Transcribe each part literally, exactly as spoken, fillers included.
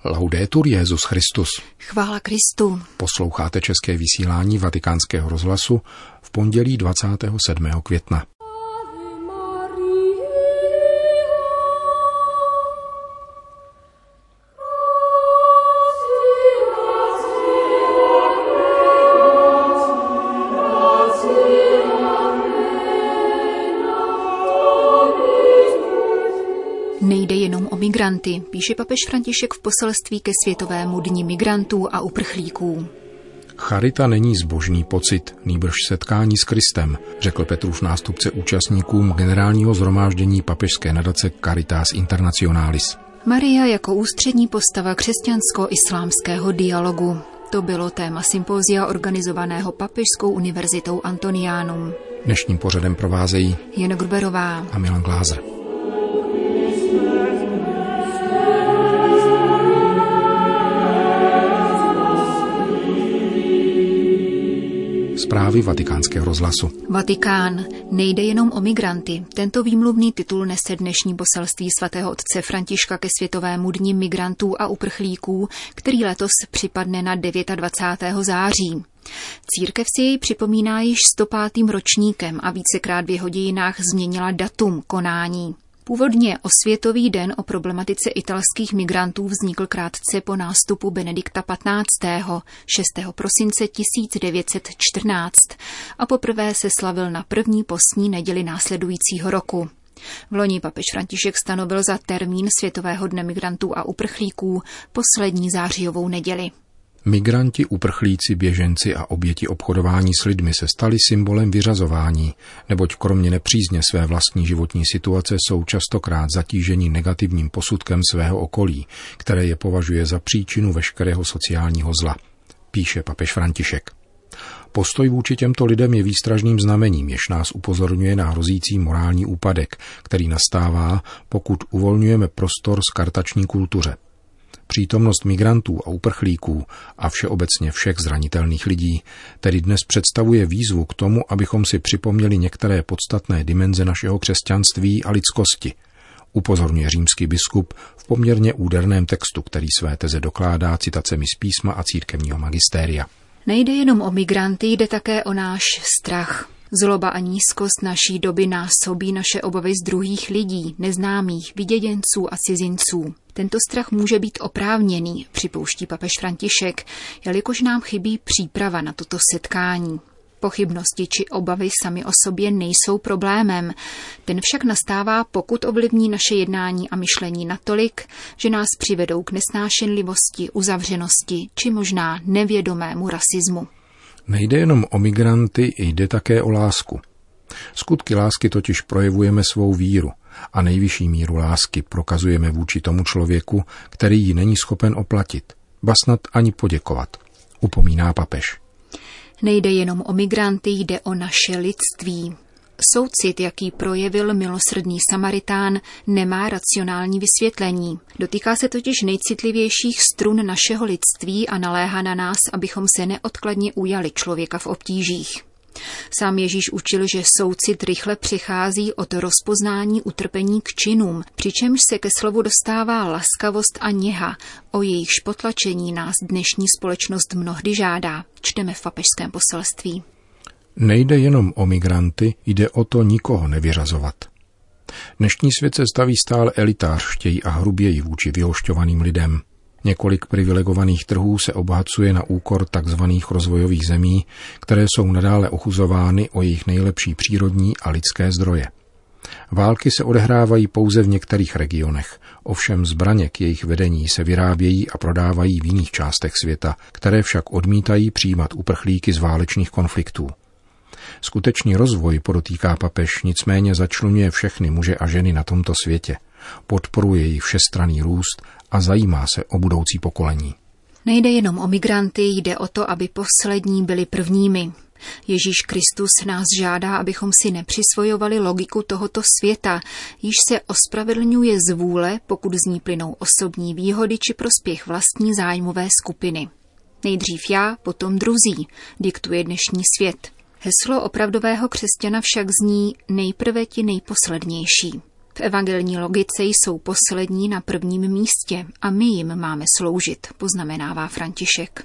Laudetur Jesus Christus. Chvála Kristu. Posloucháte české vysílání Vatikánského rozhlasu v pondělí dvacátého sedmého května. Nejde jenom o migranty, píše papež František v poselství ke Světovému dni migrantů a uprchlíků. Charita není zbožný pocit, nýbrž setkání s Kristem, řekl Petrův nástupce účastníkům generálního shromáždění papežské nadace Caritas Internationalis. Maria jako ústřední postava křesťansko-islámského dialogu. To bylo téma sympózia organizovaného Papežskou univerzitou Antonianum. Dnešním pořadem provázejí Jana Gruberová a Milan Glázer. Zprávy Vatikánského rozhlasu. Vatikán. Nejde jenom o migranty. Tento výmluvný titul nese dnešní poselství svatého otce Františka ke Světovému dni migrantů a uprchlíků, který letos připadne na dvacátého devátého září. Církev si jej připomíná již sto pátým ročníkem a vícekrát v jeho dějinách změnila datum konání. Původně Osvětový den o problematice italských migrantů vznikl krátce po nástupu Benedikta patnáctého šestého prosince tisíc devět set čtrnáct a poprvé se slavil na první postní neděli následujícího roku. V loni papež František stanovil za termín Světového dne migrantů a uprchlíků poslední zářijovou neděli. Migranti, uprchlíci, běženci a oběti obchodování s lidmi se stali symbolem vyřazování, neboť kromě nepřízně své vlastní životní situace jsou častokrát zatíženi negativním posudkem svého okolí, které je považuje za příčinu veškerého sociálního zla, píše papež František. Postoj vůči těmto lidem je výstražným znamením, jež nás upozorňuje na hrozící morální úpadek, který nastává, pokud uvolňujeme prostor skartační kultuře. Přítomnost migrantů a uprchlíků a všeobecně všech zranitelných lidí tedy dnes představuje výzvu k tomu, abychom si připomněli některé podstatné dimenze našeho křesťanství a lidskosti, upozorňuje římský biskup v poměrně úderném textu, který své teze dokládá citacemi z písma a církevního magistéria. Nejde jenom o migranty, jde také o náš strach. Zloba a nízkost naší doby násobí naše obavy z druhých lidí, neznámých, vyděděnců a cizinců. Tento strach může být oprávněný, připouští papež František, jelikož nám chybí příprava na toto setkání. Pochybnosti či obavy sami o sobě nejsou problémem. Ten však nastává, pokud ovlivní naše jednání a myšlení natolik, že nás přivedou k nesnášenlivosti, uzavřenosti či možná nevědomému rasismu. Nejde jenom o migranty, jde také o lásku. Skutky lásky totiž projevujeme svou víru a nejvyšší míru lásky prokazujeme vůči tomu člověku, který ji není schopen oplatit, ba snad ani poděkovat, upomíná papež. Nejde jenom o migranty, jde o naše lidství. Soucit, jaký projevil milosrdný Samaritán, nemá racionální vysvětlení. Dotýká se totiž nejcitlivějších strun našeho lidství a naléhá na nás, abychom se neodkladně ujali člověka v obtížích. Sám Ježíš učil, že soucit rychle přechází od rozpoznání utrpení k činům, přičemž se ke slovu dostává laskavost a něha, o jejichž potlačení nás dnešní společnost mnohdy žádá, čteme v papežském poselství. Nejde jenom o migranty, jde o to nikoho nevyřazovat. Dnešní svět se staví stále elitářštěji a hruběji vůči vyhošťovaným lidem. Několik privilegovaných trhů se obohacuje na úkor takzvaných rozvojových zemí, které jsou nadále ochuzovány o jejich nejlepší přírodní a lidské zdroje. Války se odehrávají pouze v některých regionech, ovšem zbraně k jejich vedení se vyrábějí a prodávají v jiných částech světa, které však odmítají přijímat uprchlíky z válečných konfliktů. Skutečný rozvoj, podotýká papež, nicméně začleňuje všechny muže a ženy na tomto světě, podporuje jejich všestranný růst a zajímá se o budoucí pokolení. Nejde jenom o migranty, jde o to, aby poslední byli prvními. Ježíš Kristus nás žádá, abychom si nepřisvojovali logiku tohoto světa, již se ospravedlňuje z vůle, pokud z ní plynou osobní výhody či prospěch vlastní zájmové skupiny. Nejdřív já, potom druzí, diktuje dnešní svět. Heslo opravdového křesťana však zní nejprve ti nejposlednější. V evangelní logice jsou poslední na prvním místě a my jim máme sloužit, poznamenává František.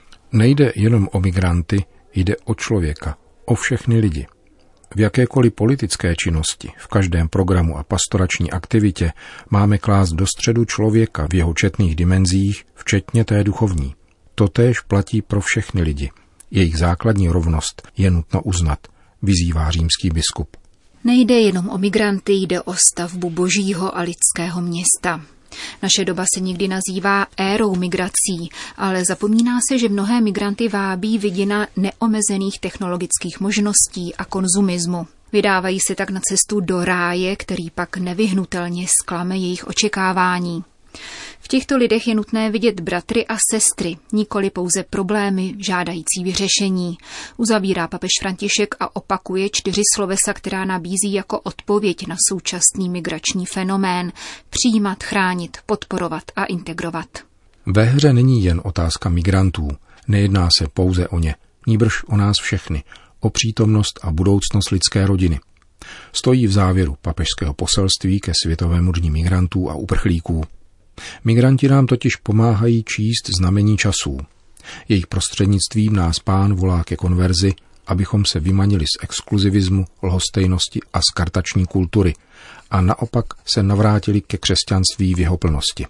Nejde jenom o migranty, jde o člověka, o všechny lidi. V jakékoliv politické činnosti, v každém programu a pastorační aktivitě máme klást do středu člověka v jeho četných dimenzích, včetně té duchovní. Totéž platí pro všechny lidi. Jejich základní rovnost je nutno uznat, vyzývá římský biskup. Nejde jenom o migranty, jde o stavbu božího a lidského města. Naše doba se někdy nazývá érou migrací, ale zapomíná se, že mnohé migranty vábí vidina neomezených technologických možností a konzumismu. Vydávají se tak na cestu do ráje, který pak nevyhnutelně zklame jejich očekávání. V těchto lidech je nutné vidět bratry a sestry, nikoli pouze problémy žádající vyřešení. Uzavírá papež František a opakuje čtyři slovesa, která nabízí jako odpověď na současný migrační fenomén: přijímat, chránit, podporovat a integrovat. Ve hře není jen otázka migrantů, nejedná se pouze o ně, nýbrž o nás všechny, o přítomnost a budoucnost lidské rodiny. Stojí v závěru papežského poselství ke světovému dni migrantů a uprchlíků. Migranti nám totiž pomáhají číst znamení časů. Jejich prostřednictvím nás Pán volá ke konverzi, abychom se vymanili z exkluzivismu, lhostejnosti a skartační kultury a naopak se navrátili ke křesťanství v jeho plnosti.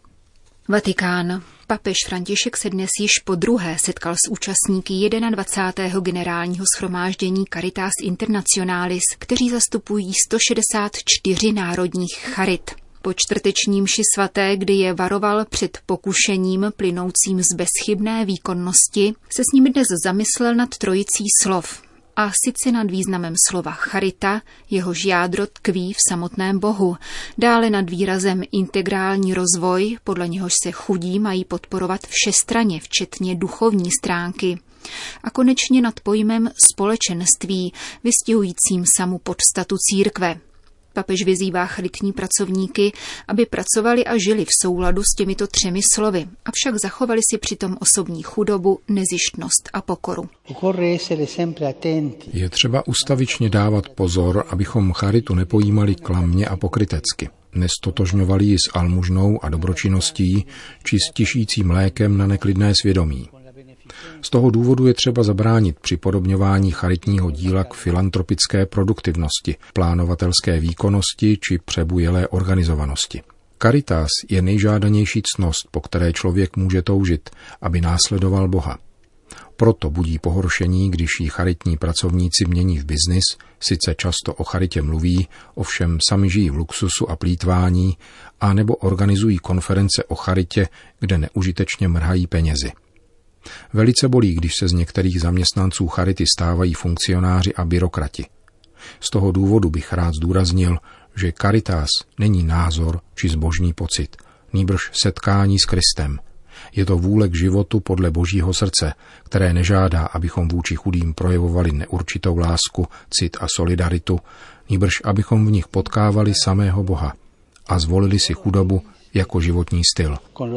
Vatikán. Papež František se dnes již po druhé setkal s účastníky dvacátého prvního generálního shromáždění Caritas Internationalis, kteří zastupují sto šedesát čtyři národních charit. Po čtvrteční mši svaté, kdy je varoval před pokušením plynoucím z bezchybné výkonnosti, se s nimi dnes zamyslel nad trojicí slov. A sice nad významem slova charita, jehož jádro tkví v samotném Bohu, dále nad výrazem integrální rozvoj, podle něhož se chudí mají podporovat všestranně, včetně duchovní stránky. A konečně nad pojmem společenství, vystihujícím samu podstatu církve. Papež vyzývá charitní pracovníky, aby pracovali a žili v souladu s těmito třemi slovy, avšak zachovali si přitom osobní chudobu, nezištnost a pokoru. Je třeba ustavičně dávat pozor, abychom charitu nepojímali klamně a pokrytecky. Nestotožňovali ji s almužnou a dobročinností či s tišícím mlékem na neklidné svědomí. Z toho důvodu je třeba zabránit připodobňování charitního díla k filantropické produktivnosti, plánovatelské výkonnosti či přebujelé organizovanosti. Caritas je nejžádanější ctnost, po které člověk může toužit, aby následoval Boha. Proto budí pohoršení, když ji charitní pracovníci mění v biznis, sice často o charitě mluví, ovšem sami žijí v luxusu a plýtvání, a nebo organizují konference o charitě, kde neužitečně mrhají penězi. Velice bolí, když se z některých zaměstnanců charity stávají funkcionáři a byrokrati. Z toho důvodu bych rád zdůraznil, že Caritas není názor či zbožný pocit, nýbrž setkání s Kristem. Je to vůle k životu podle Božího srdce, které nežádá, abychom vůči chudým projevovali neurčitou lásku, cit a solidaritu, nýbrž abychom v nich potkávali samého Boha a zvolili si chudobu jako životní styl.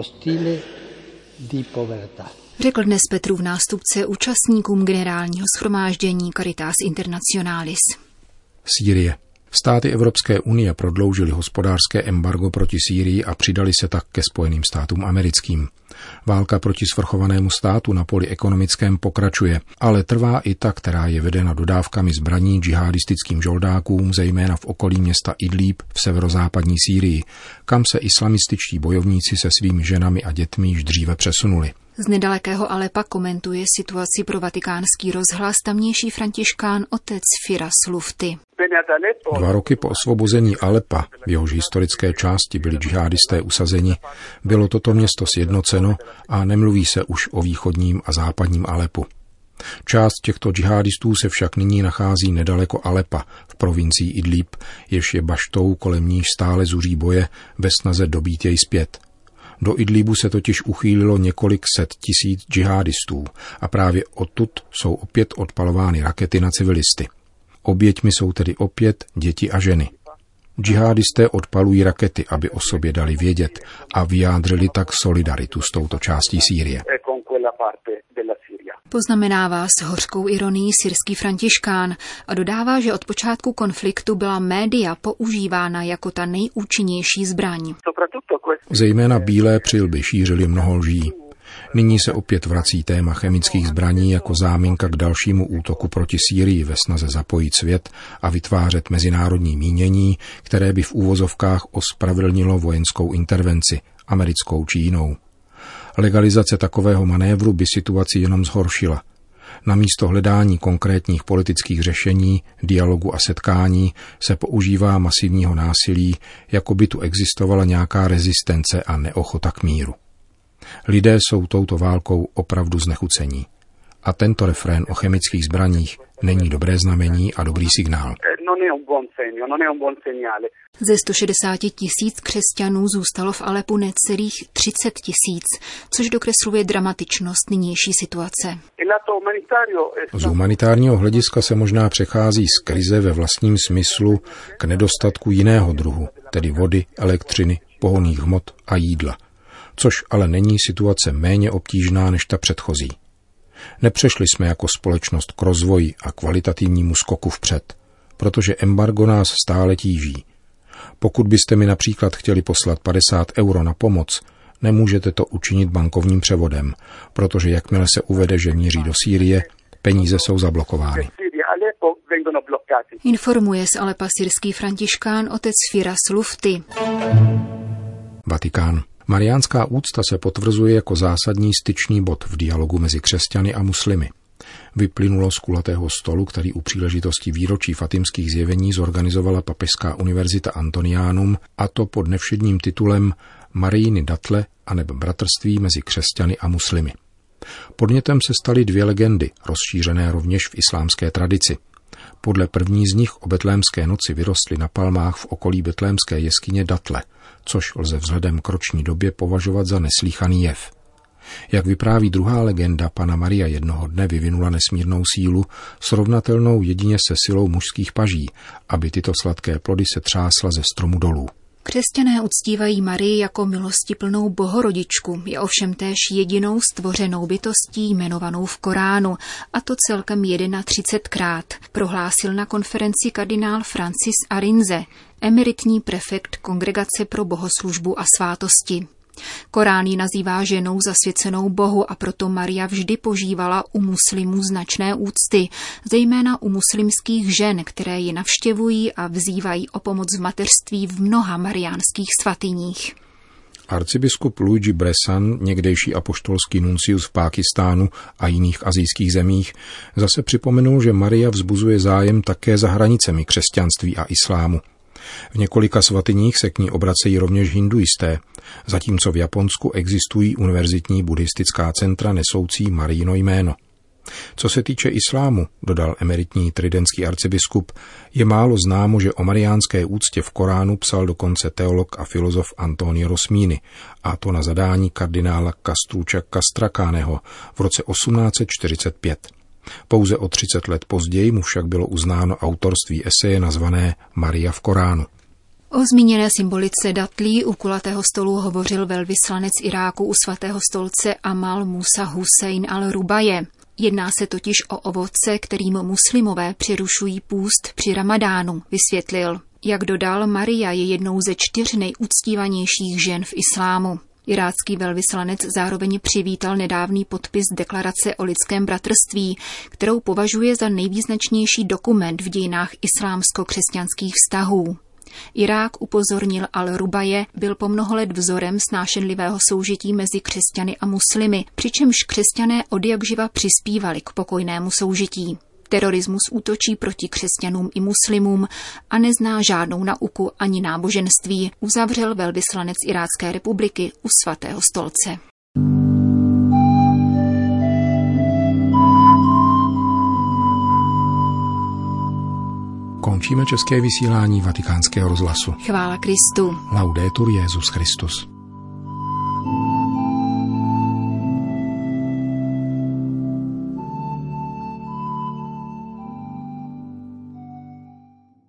Řekl dnes Petrův nástupce účastníkům generálního shromáždění Caritas Internationalis. Sýrie. Státy Evropské unie prodloužily hospodářské embargo proti Sýrii a přidali se tak ke Spojeným státům americkým. Válka proti svrchovanému státu na poli ekonomickém pokračuje, ale trvá i ta, která je vedena dodávkami zbraní džihadistickým žoldákům, zejména v okolí města Idlíb v severozápadní Sýrii, kam se islamističtí bojovníci se svými ženami a dětmi již dříve přesunuli. Z nedalekého Alepa komentuje situaci pro vatikánský rozhlas tamnější františkán otec Firas Lufty. Dva roky po osvobození Alepa, v jehož historické části byli džihadisté usazeni, bylo toto město sjednoceno a nemluví se už o východním a západním Alepu. Část těchto džihadistů se však nyní nachází nedaleko Alepa, v provincii Idlíb, jež je baštou, kolem níž stále zuří boje ve snaze dobít jej zpět. Do Idlíbu se totiž uchýlilo několik set tisíc džihadistů a právě odtud jsou opět odpalovány rakety na civilisty. Oběťmi jsou tedy opět děti a ženy. Džihadisté odpalují rakety, aby o sobě dali vědět a vyjádřili tak solidaritu s touto částí Sýrie. Poznamenává s hořkou ironií syrský františkán a dodává, že od počátku konfliktu byla média používána jako ta nejúčinnější zbraň. Zejména bílé přilby šířily mnoho lží. Nyní se opět vrací téma chemických zbraní jako záminka k dalšímu útoku proti Sýrii ve snaze zapojit svět a vytvářet mezinárodní mínění, které by v úvozovkách ospravedlnilo vojenskou intervenci, americkou či jinou. Legalizace takového manévru by situaci jenom zhoršila. Namísto hledání konkrétních politických řešení, dialogu a setkání se používá masivního násilí, jako by tu existovala nějaká rezistence a neochota k míru. Lidé jsou touto válkou opravdu znechucení. A tento refrén o chemických zbraních není dobré znamení a dobrý signál. Ze sto šedesát tisíc křesťanů zůstalo v Alepu necelých třicet tisíc, což dokresluje dramatičnost nynější situace. Z humanitárního hlediska se možná přechází z krize ve vlastním smyslu k nedostatku jiného druhu, tedy vody, elektřiny, pohonných hmot a jídla. Což ale není situace méně obtížná než ta předchozí. Nepřešli jsme jako společnost k rozvoji a kvalitativnímu skoku vpřed, protože embargo nás stále tíží. Pokud byste mi například chtěli poslat padesát euro na pomoc, nemůžete to učinit bankovním převodem, protože jakmile se uvede, že míří do Sýrie, peníze jsou zablokovány. Informuje z Alepa syrský františkán otec Firas Lufty. Vatikán. Mariánská úcta se potvrzuje jako zásadní styčný bod v dialogu mezi křesťany a muslimy. Vyplynulo z kulatého stolu, který u příležitosti výročí fatimských zjevení zorganizovala Papežská univerzita Antonianum, a to pod nevšedním titulem Marijiny datle aneb bratrství mezi křesťany a muslimy. Podnětem se staly dvě legendy, rozšířené rovněž v islámské tradici. Podle první z nich o betlémské noci vyrostly na palmách v okolí betlémské jeskyně datle, což lze vzhledem k roční době považovat za neslýchaný jev. Jak vypráví druhá legenda, Panna Maria jednoho dne vyvinula nesmírnou sílu, srovnatelnou jedině se silou mužských paží, aby tyto sladké plody se třásla ze stromu dolů. Křesťané uctívají Marii jako milostiplnou bohorodičku, je ovšem též jedinou stvořenou bytostí jmenovanou v Koránu, a to celkem třicetkrát, prohlásil na konferenci kardinál Francis Arinze, emeritní prefekt Kongregace pro bohoslužbu a svátosti. Korán ji nazývá ženou zasvěcenou Bohu a proto Maria vždy požívala u muslimů značné úcty, zejména u muslimských žen, které ji navštěvují a vzývají o pomoc v mateřství v mnoha mariánských svatyních. Arcibiskup Luigi Bressan, někdejší apoštolský nuncius v Pákistánu a jiných asijských zemích, zase připomenul, že Maria vzbuzuje zájem také za hranicemi křesťanství a islámu. V několika svatyních se k ní obracejí rovněž hinduisté, zatímco v Japonsku existují univerzitní buddhistická centra nesoucí Marijino jméno. Co se týče islámu, dodal emeritní tridentský arcibiskup, je málo známo, že o mariánské úctě v Koránu psal dokonce teolog a filozof Antonio Rosmini, a to na zadání kardinála Castruccia Castracaneho v roce osmnáct set čtyřicet pět. Pouze o třicet let později mu však bylo uznáno autorství eseje nazvané Maria v Koránu. O zmíněné symbolice datlí u kulatého stolu hovořil velvyslanec Iráku u svatého stolce Amal Musa Hussein al-Rubaje. Jedná se totiž o ovoce, kterým muslimové přerušují půst při ramadánu, vysvětlil. Jak dodal, Maria je jednou ze čtyř nejuctívanějších žen v islámu. Irácký velvyslanec zároveň přivítal nedávný podpis deklarace o lidském bratrství, kterou považuje za nejvýznačnější dokument v dějinách islámsko-křesťanských vztahů. Irák, upozornil al-Rubaje, byl po mnoho let vzorem snášenlivého soužití mezi křesťany a muslimy, přičemž křesťané odjakživa přispívali k pokojnému soužití. Terorismus útočí proti křesťanům i muslimům a nezná žádnou nauku ani náboženství, uzavřel velvyslanec Irácké republiky u svatého stolce. Končíme české vysílání Vatikánského rozhlasu. Chvála Kristu. Laudetur Jesus Christus.